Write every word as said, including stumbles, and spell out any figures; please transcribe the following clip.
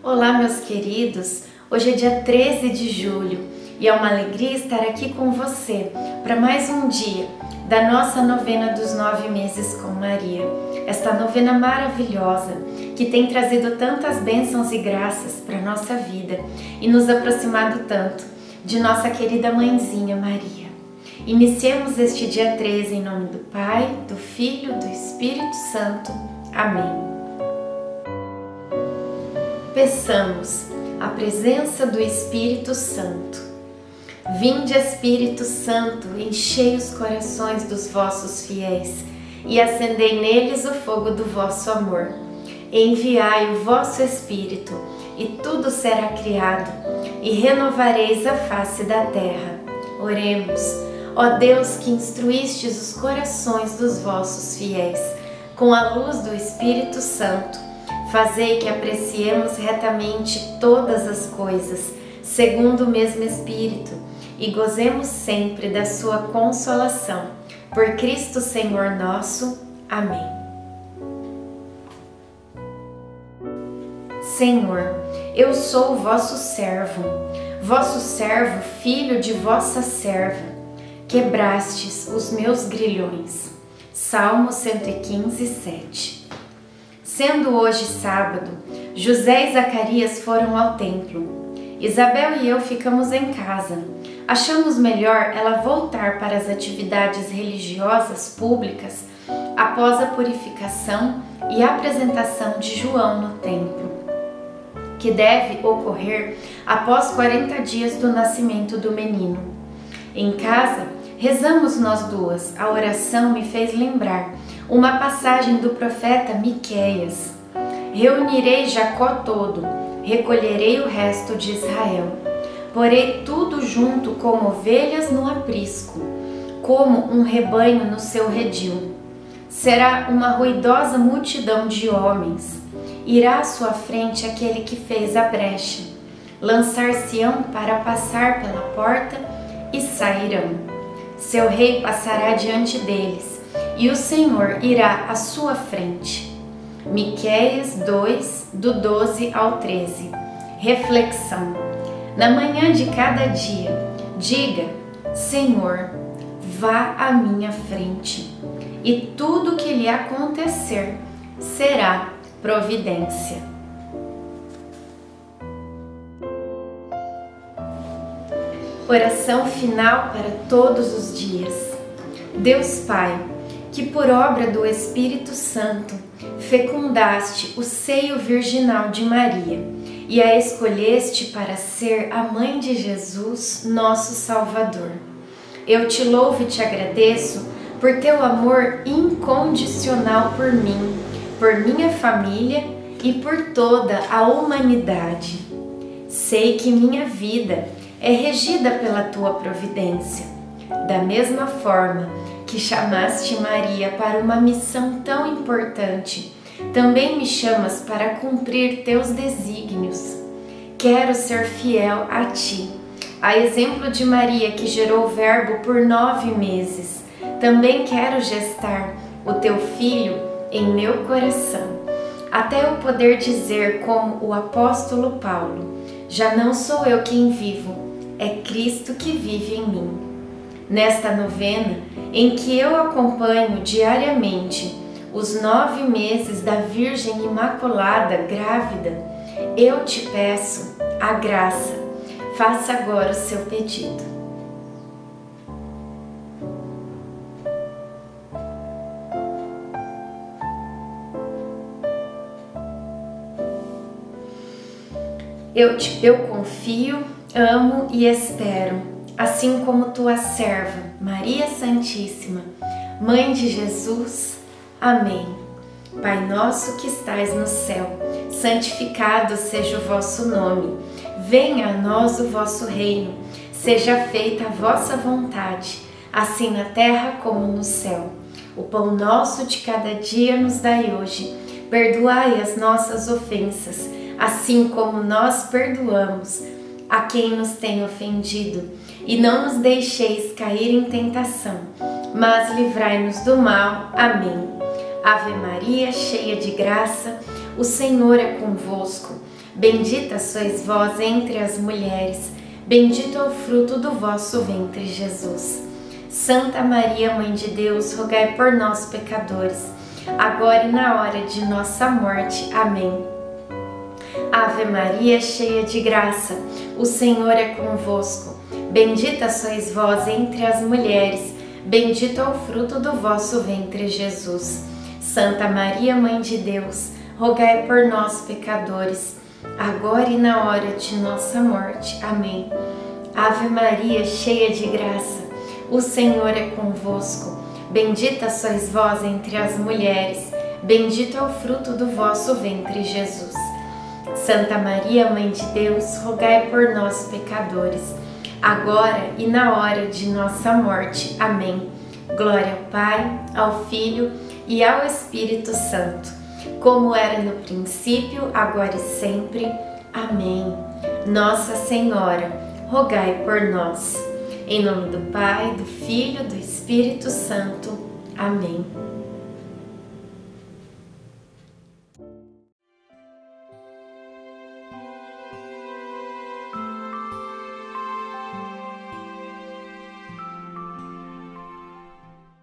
Olá, meus queridos! Hoje é dia treze de julho e é uma alegria estar aqui com você para mais um dia da nossa novena dos nove meses com Maria. Esta novena maravilhosa que tem trazido tantas bênçãos e graças para a nossa vida e nos aproximado tanto de nossa querida mãezinha Maria. Iniciemos este dia treze em nome do Pai, do Filho e do Espírito Santo. Amém. Peçamos a presença do Espírito Santo. Vinde, Espírito Santo, enchei os corações dos vossos fiéis e acendei neles o fogo do vosso amor. Enviai o vosso Espírito e tudo será criado e renovareis a face da terra. Oremos. Ó Deus, que instruístes os corações dos vossos fiéis com a luz do Espírito Santo, fazei que apreciemos retamente todas as coisas, segundo o mesmo Espírito, e gozemos sempre da sua consolação. Por Cristo Senhor nosso. Amém. Senhor, eu sou o vosso servo, vosso servo, filho de vossa serva. Quebrastes os meus grilhões. Salmo cento e quinze, sete. Sendo hoje sábado, José e Zacarias foram ao templo. Isabel e eu ficamos em casa. Achamos melhor ela voltar para as atividades religiosas públicas após a purificação e apresentação de João no templo, que deve ocorrer após quarenta dias do nascimento do menino. Em casa, rezamos nós duas. A oração me fez lembrar uma passagem do profeta Miqueias. Reunirei Jacó todo, recolherei o resto de Israel. Porei tudo junto como ovelhas no aprisco, como um rebanho no seu redil. Será uma ruidosa multidão de homens. Irá à sua frente aquele que fez a brecha. Lançar-se-ão para passar pela porta e sairão. Seu rei passará diante deles, e o Senhor irá à sua frente. Miqueias dois, do doze ao treze. Reflexão. Na manhã de cada dia, diga: Senhor, vá à minha frente, e tudo que lhe acontecer será providência. Oração final para todos os dias. Deus Pai, que por obra do Espírito Santo fecundaste o seio virginal de Maria e a escolheste para ser a mãe de Jesus, nosso Salvador. Eu te louvo e te agradeço por teu amor incondicional por mim, por minha família e por toda a humanidade. Sei que minha vida é regida pela tua providência. Da mesma forma que chamaste Maria para uma missão tão importante, também me chamas para cumprir teus desígnios. Quero ser fiel a ti. A exemplo de Maria, que gerou o Verbo por nove meses, também quero gestar o teu Filho em meu coração, até eu poder dizer como o apóstolo Paulo: já não sou eu quem vivo, é Cristo que vive em mim. Nesta novena, em que eu acompanho diariamente os nove meses da Virgem Imaculada grávida, eu te peço a graça. Faça agora o seu pedido. Eu, te, eu confio, amo e espero, assim como tua serva, Maria Santíssima, Mãe de Jesus. Amém. Pai nosso que estais no céu, santificado seja o vosso nome. Venha a nós o vosso reino. Seja feita a vossa vontade, assim na terra como no céu. O pão nosso de cada dia nos dai hoje. Perdoai as nossas ofensas, assim como nós perdoamos a quem nos tem ofendido. E não nos deixeis cair em tentação, mas livrai-nos do mal. Amém. Ave Maria, cheia de graça, o Senhor é convosco. Bendita sois vós entre as mulheres, bendito é o fruto do vosso ventre, Jesus. Santa Maria, Mãe de Deus, rogai por nós, pecadores, agora e na hora de nossa morte. Amém. Ave Maria, cheia de graça, o Senhor é convosco. Bendita sois vós entre as mulheres, bendito é o fruto do vosso ventre, Jesus. Santa Maria, Mãe de Deus, rogai por nós, pecadores, agora e na hora de nossa morte. Amém. Ave Maria, cheia de graça, o Senhor é convosco. Bendita sois vós entre as mulheres, bendito é o fruto do vosso ventre, Jesus. Santa Maria, Mãe de Deus, rogai por nós, pecadores, agora e na hora de nossa morte. Amém. Glória ao Pai, ao Filho e ao Espírito Santo, como era no princípio, agora e sempre. Amém. Nossa Senhora, rogai por nós. Em nome do Pai, do Filho e do Espírito Santo. Amém.